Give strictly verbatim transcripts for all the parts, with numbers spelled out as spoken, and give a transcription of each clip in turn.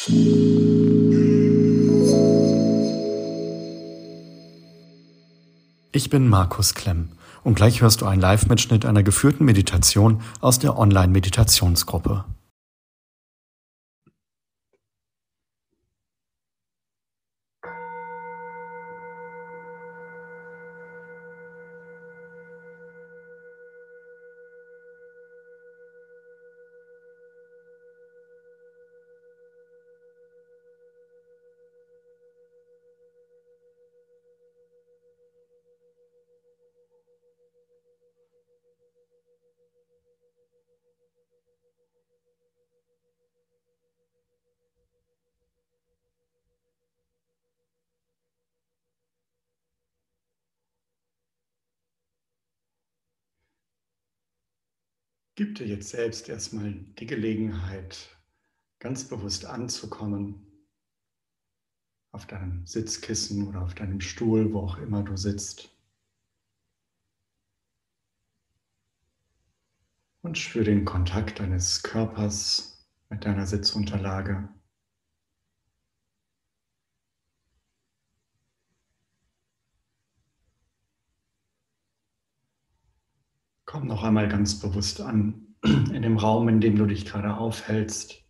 Ich bin Markus Klemm und gleich hörst du einen Live-Mitschnitt einer geführten Meditation aus der Online-Meditationsgruppe. Gib dir jetzt selbst erstmal die Gelegenheit, ganz bewusst anzukommen, auf deinem Sitzkissen oder auf deinem Stuhl, wo auch immer du sitzt. Und spür den Kontakt deines Körpers mit deiner Sitzunterlage. Komm noch einmal ganz bewusst an in dem Raum, in dem du dich gerade aufhältst.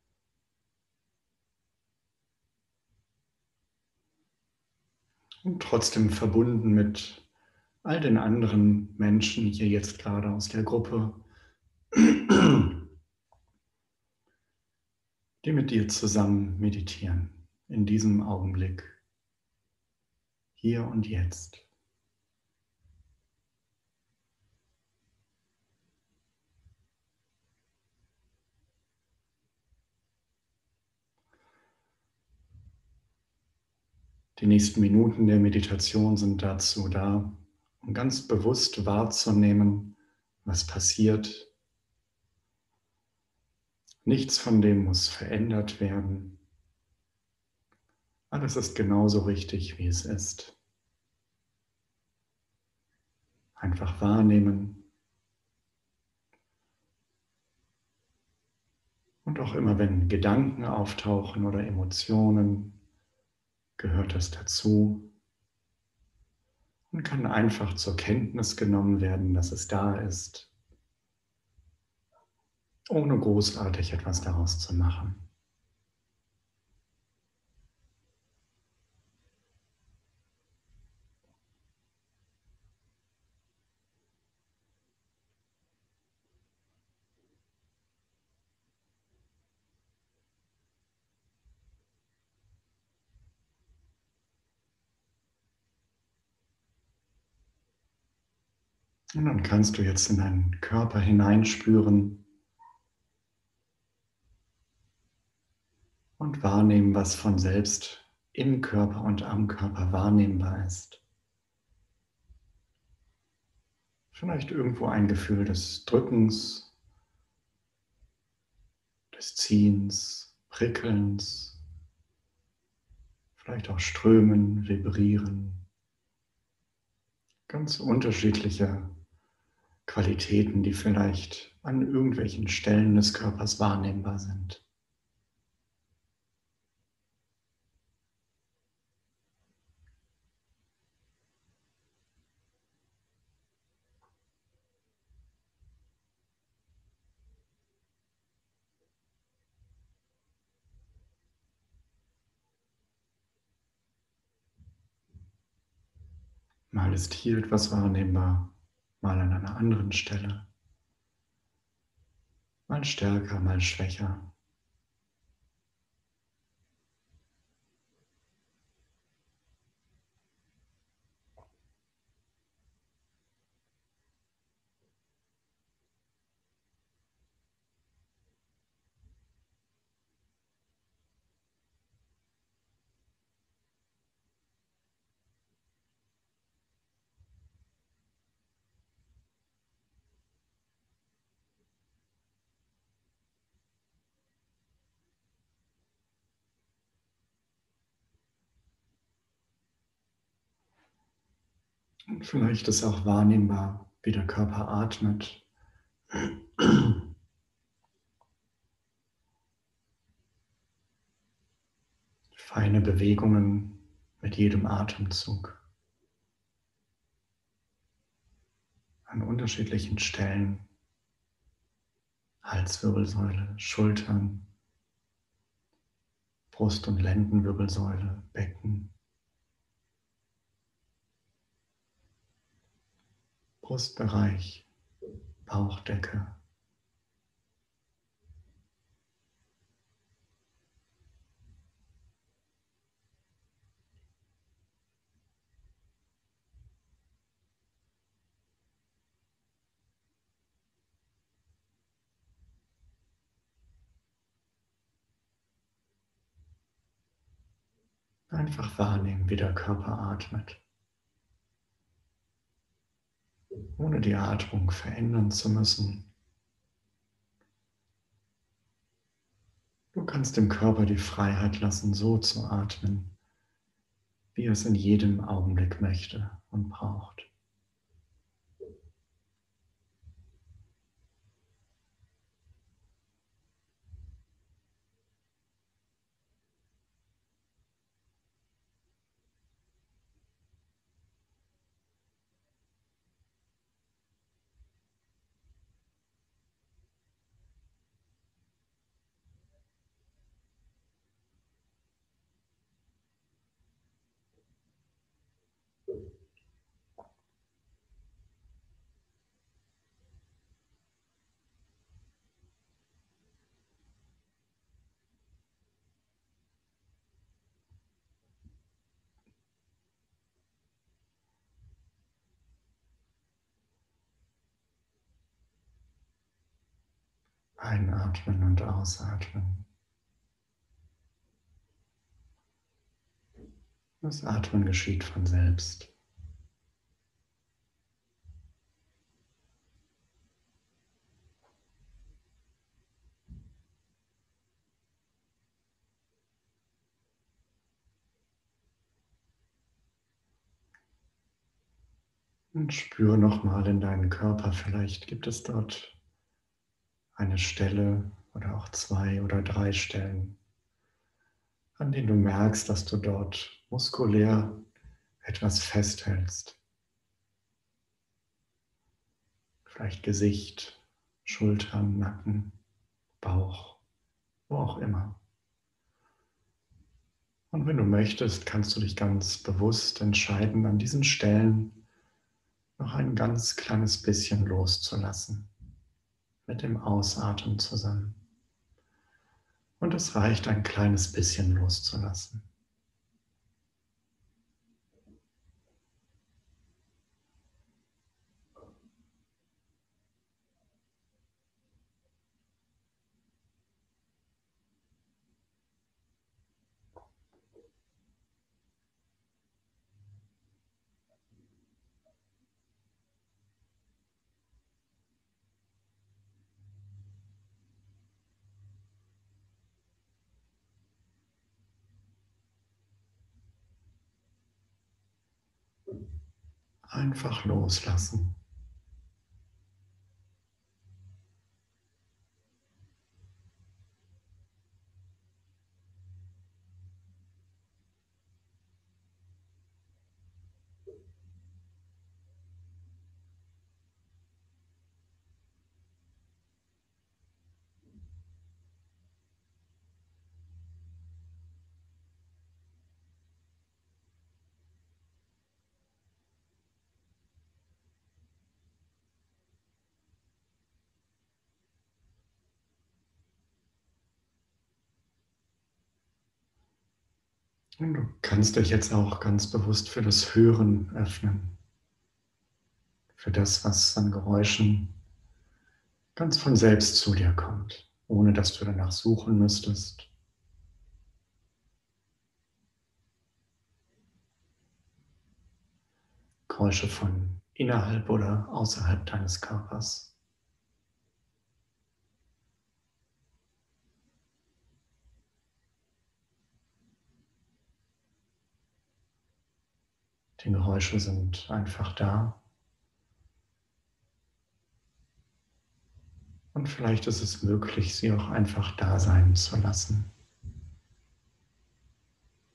Und trotzdem verbunden mit all den anderen Menschen hier jetzt gerade aus der Gruppe, die mit dir zusammen meditieren, in diesem Augenblick, hier und jetzt. Die nächsten Minuten der Meditation sind dazu da, um ganz bewusst wahrzunehmen, was passiert. Nichts von dem muss verändert werden. Alles ist genauso richtig, wie es ist. Einfach wahrnehmen. Und auch immer, wenn Gedanken auftauchen oder Emotionen, gehört das dazu und kann einfach zur Kenntnis genommen werden, dass es da ist, ohne großartig etwas daraus zu machen. Und dann kannst du jetzt in deinen Körper hineinspüren und wahrnehmen, was von selbst im Körper und am Körper wahrnehmbar ist. Vielleicht irgendwo ein Gefühl des Drückens, des Ziehens, Prickelns, vielleicht auch Strömen, Vibrieren. Ganz unterschiedliche Qualitäten, die vielleicht an irgendwelchen Stellen des Körpers wahrnehmbar sind. Mal ist hier etwas wahrnehmbar, mal an einer anderen Stelle, mal stärker, mal schwächer. Und vielleicht ist auch wahrnehmbar, wie der Körper atmet. Feine Bewegungen mit jedem Atemzug an unterschiedlichen Stellen, Halswirbelsäule, Schultern, Brust- und Lendenwirbelsäule, Becken, Brustbereich, Bauchdecke. Einfach wahrnehmen, wie der Körper atmet, ohne die Atmung verändern zu müssen. Du kannst dem Körper die Freiheit lassen, so zu atmen, wie er es in jedem Augenblick möchte und braucht. Einatmen und ausatmen. Das Atmen geschieht von selbst. Und spüre nochmal in deinen Körper. Vielleicht gibt es dort eine Stelle oder auch zwei oder drei Stellen, an denen du merkst, dass du dort muskulär etwas festhältst. Vielleicht Gesicht, Schultern, Nacken, Bauch, wo auch immer. Und wenn du möchtest, kannst du dich ganz bewusst entscheiden, an diesen Stellen noch ein ganz kleines bisschen loszulassen, mit dem Ausatmen zusammen. Und es reicht, ein kleines bisschen loszulassen. Einfach loslassen. Und du kannst dich jetzt auch ganz bewusst für das Hören öffnen. Für das, was an Geräuschen ganz von selbst zu dir kommt, ohne dass du danach suchen müsstest. Geräusche von innerhalb oder außerhalb deines Körpers. Die Geräusche sind einfach da. Und vielleicht ist es möglich, sie auch einfach da sein zu lassen.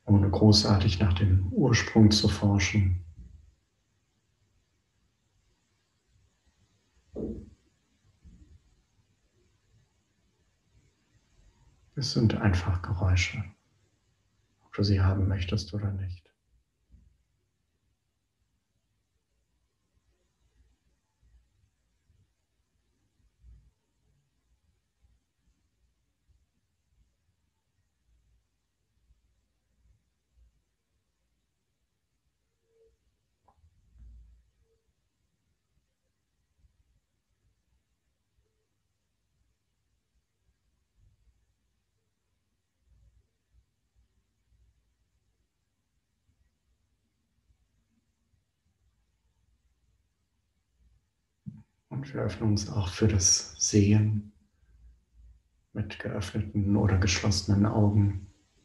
ohne großartig nach dem Ursprung zu forschen. Es sind einfach Geräusche, ob du sie haben möchtest oder nicht. Und wir öffnen uns auch für das Sehen mit geöffneten oder geschlossenen Augen.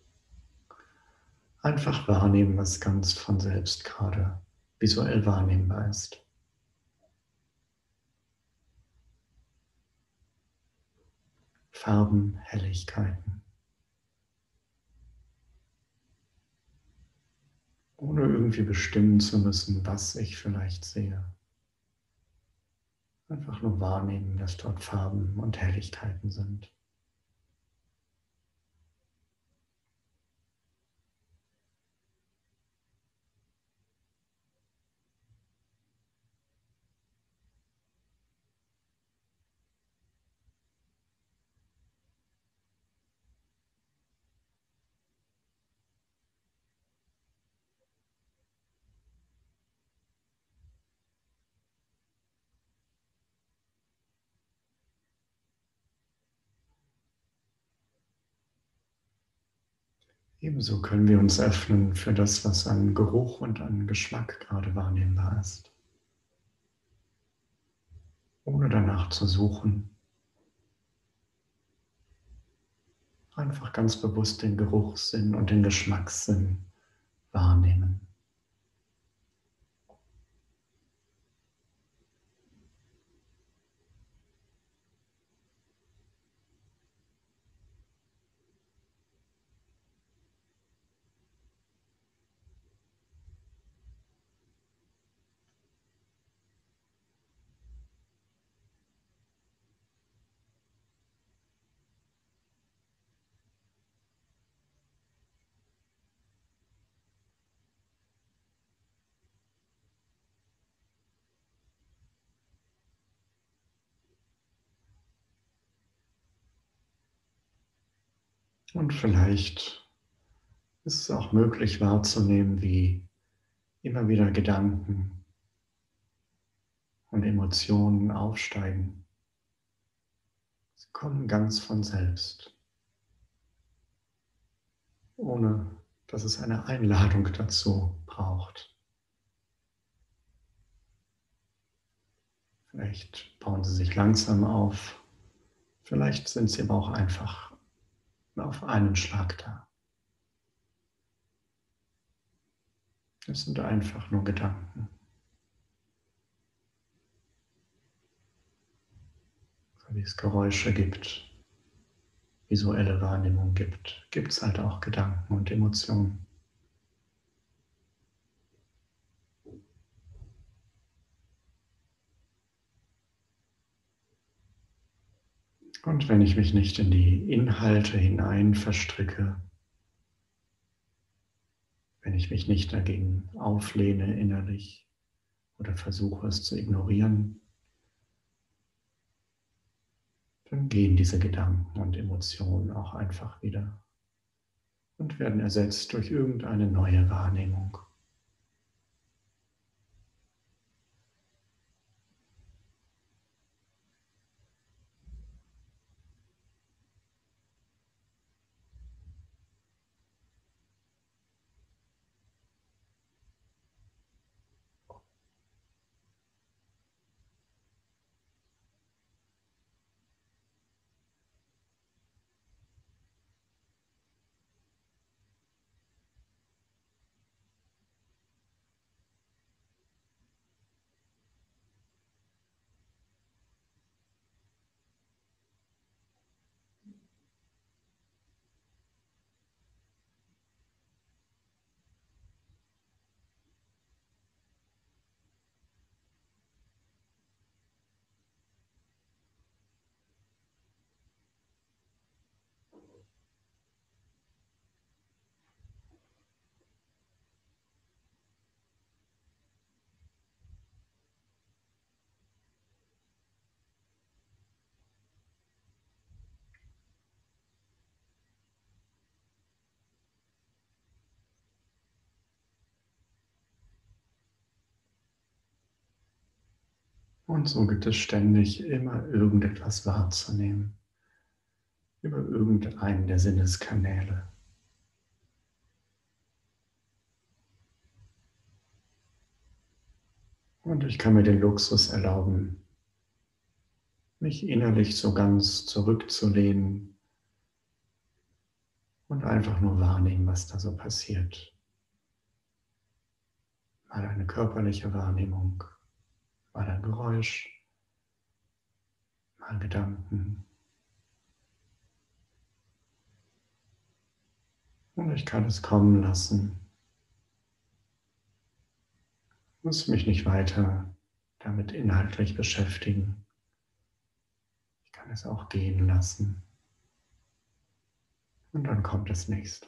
Einfach wahrnehmen, was ganz von selbst gerade visuell wahrnehmbar ist. Farben, Helligkeiten. Ohne irgendwie bestimmen zu müssen, was ich vielleicht sehe. Einfach nur wahrnehmen, dass dort Farben und Helligkeiten sind. Ebenso können wir uns öffnen für das, was an Geruch und an Geschmack gerade wahrnehmbar ist. Ohne danach zu suchen. Einfach ganz bewusst den Geruchssinn und den Geschmackssinn wahrnehmen. Und vielleicht ist es auch möglich wahrzunehmen, wie immer wieder Gedanken und Emotionen aufsteigen. Sie kommen ganz von selbst, ohne dass es eine Einladung dazu braucht. Vielleicht bauen sie sich langsam auf, vielleicht sind sie aber auch einfach auf einen Schlag da. Es sind einfach nur Gedanken. So wie es Geräusche gibt, visuelle Wahrnehmung gibt, gibt es halt auch Gedanken und Emotionen. Und wenn ich mich nicht in die Inhalte hinein verstricke, wenn ich mich nicht dagegen auflehne innerlich oder versuche es zu ignorieren, dann gehen diese Gedanken und Emotionen auch einfach wieder und werden ersetzt durch irgendeine neue Wahrnehmung. Und so gibt es ständig immer irgendetwas wahrzunehmen über irgendeinen der Sinneskanäle. Und ich kann mir den Luxus erlauben, mich innerlich so ganz zurückzulehnen und einfach nur wahrnehmen, was da so passiert. Mal eine körperliche Wahrnehmung, mal ein Geräusch, mal Gedanken. Und ich kann es kommen lassen. Ich muss mich nicht weiter damit inhaltlich beschäftigen. Ich kann es auch gehen lassen. Und dann kommt das nächste.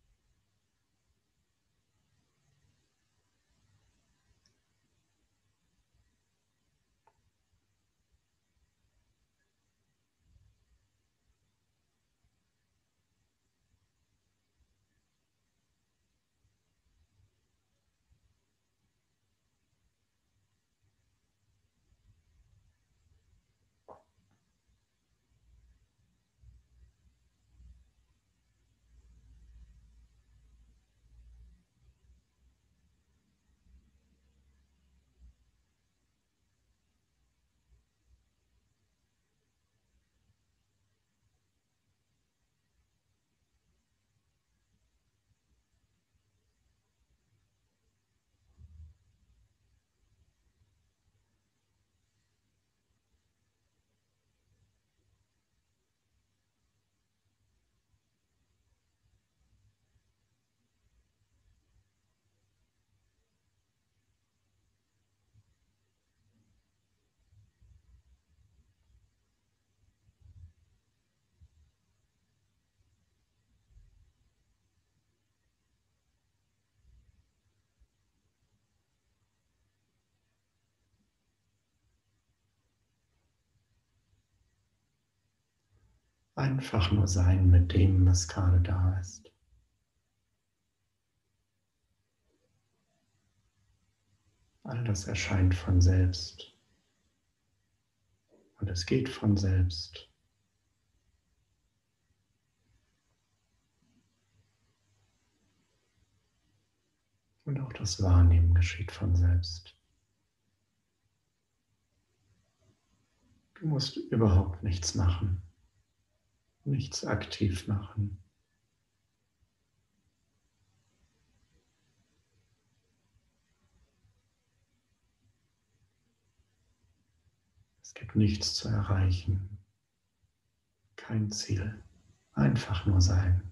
Einfach nur sein mit dem, was gerade da ist. All das erscheint von selbst. Und es geht von selbst. Und auch das Wahrnehmen geschieht von selbst. Du musst überhaupt nichts machen, nichts aktiv machen. Es gibt nichts zu erreichen, kein Ziel, einfach nur sein.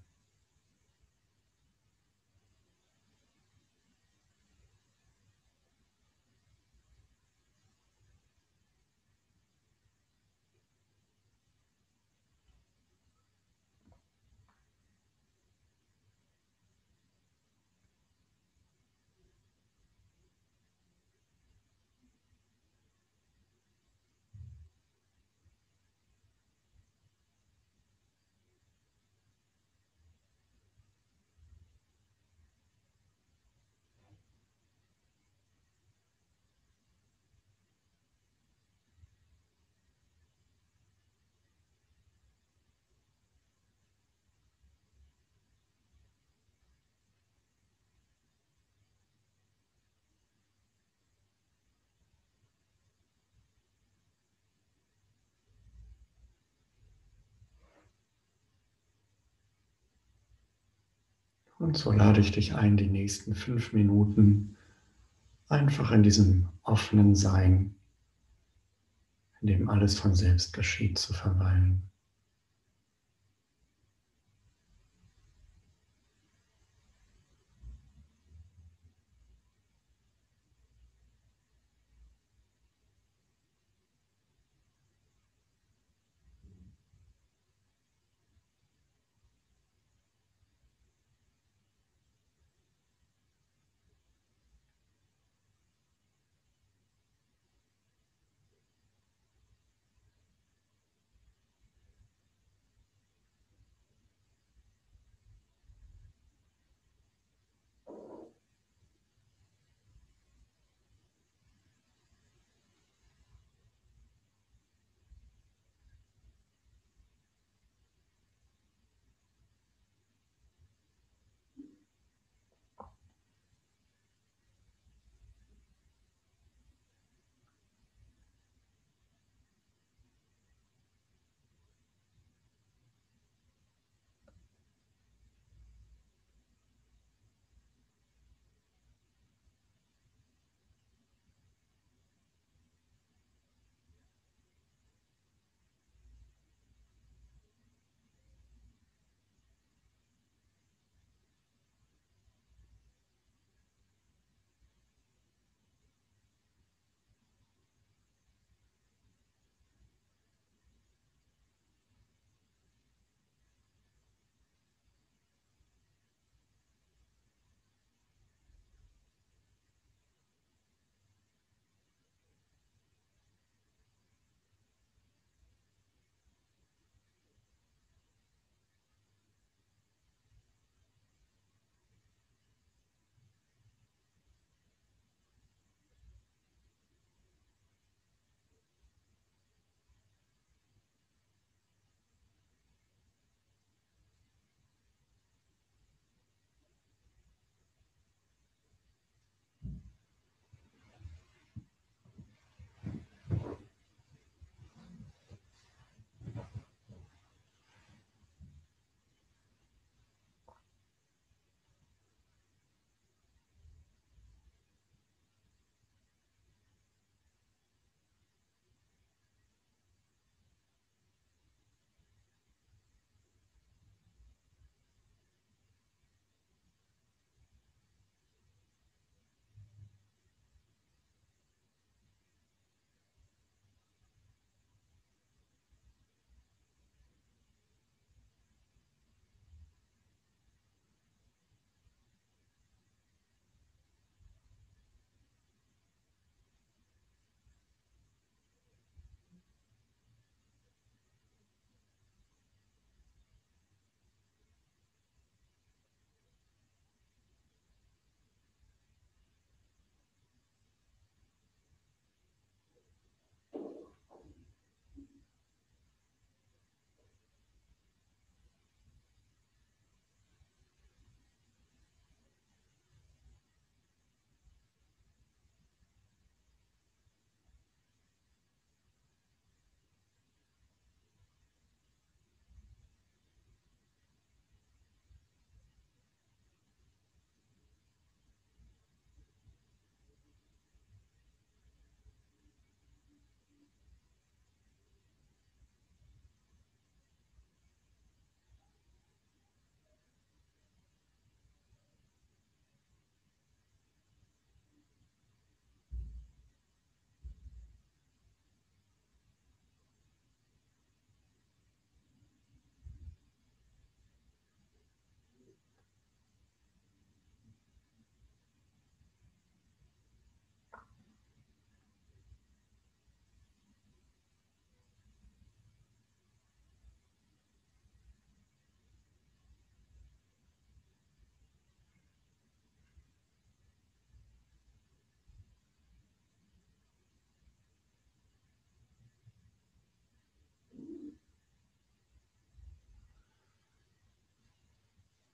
Und so lade ich dich ein, die nächsten fünf Minuten einfach in diesem offenen Sein, in dem alles von selbst geschieht, zu verweilen.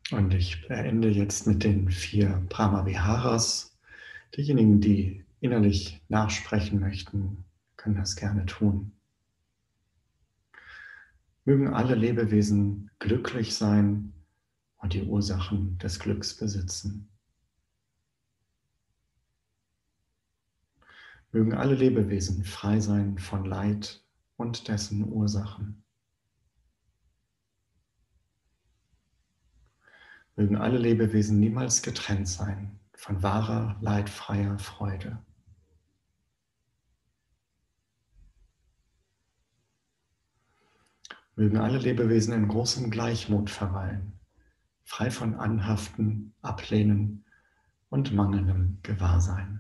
Und ich beende jetzt mit den vier Brahma-Viharas. Diejenigen, die innerlich nachsprechen möchten, können das gerne tun. Mögen alle Lebewesen glücklich sein und die Ursachen des Glücks besitzen. Mögen alle Lebewesen frei sein von Leid und dessen Ursachen. Mögen alle Lebewesen niemals getrennt sein von wahrer, leidfreier Freude. Mögen alle Lebewesen in großem Gleichmut verweilen, frei von Anhaften, Ablehnen und mangelndem Gewahrsein.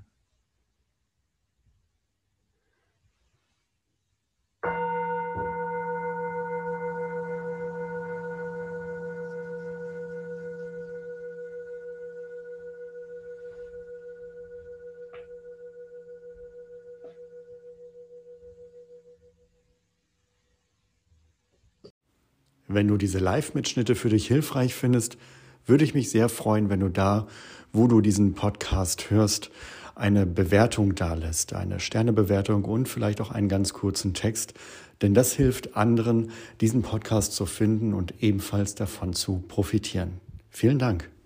Wenn du diese Live-Mitschnitte für dich hilfreich findest, würde ich mich sehr freuen, wenn du da, wo du diesen Podcast hörst, eine Bewertung dalässt, eine Sternebewertung und vielleicht auch einen ganz kurzen Text, denn das hilft anderen, diesen Podcast zu finden und ebenfalls davon zu profitieren. Vielen Dank.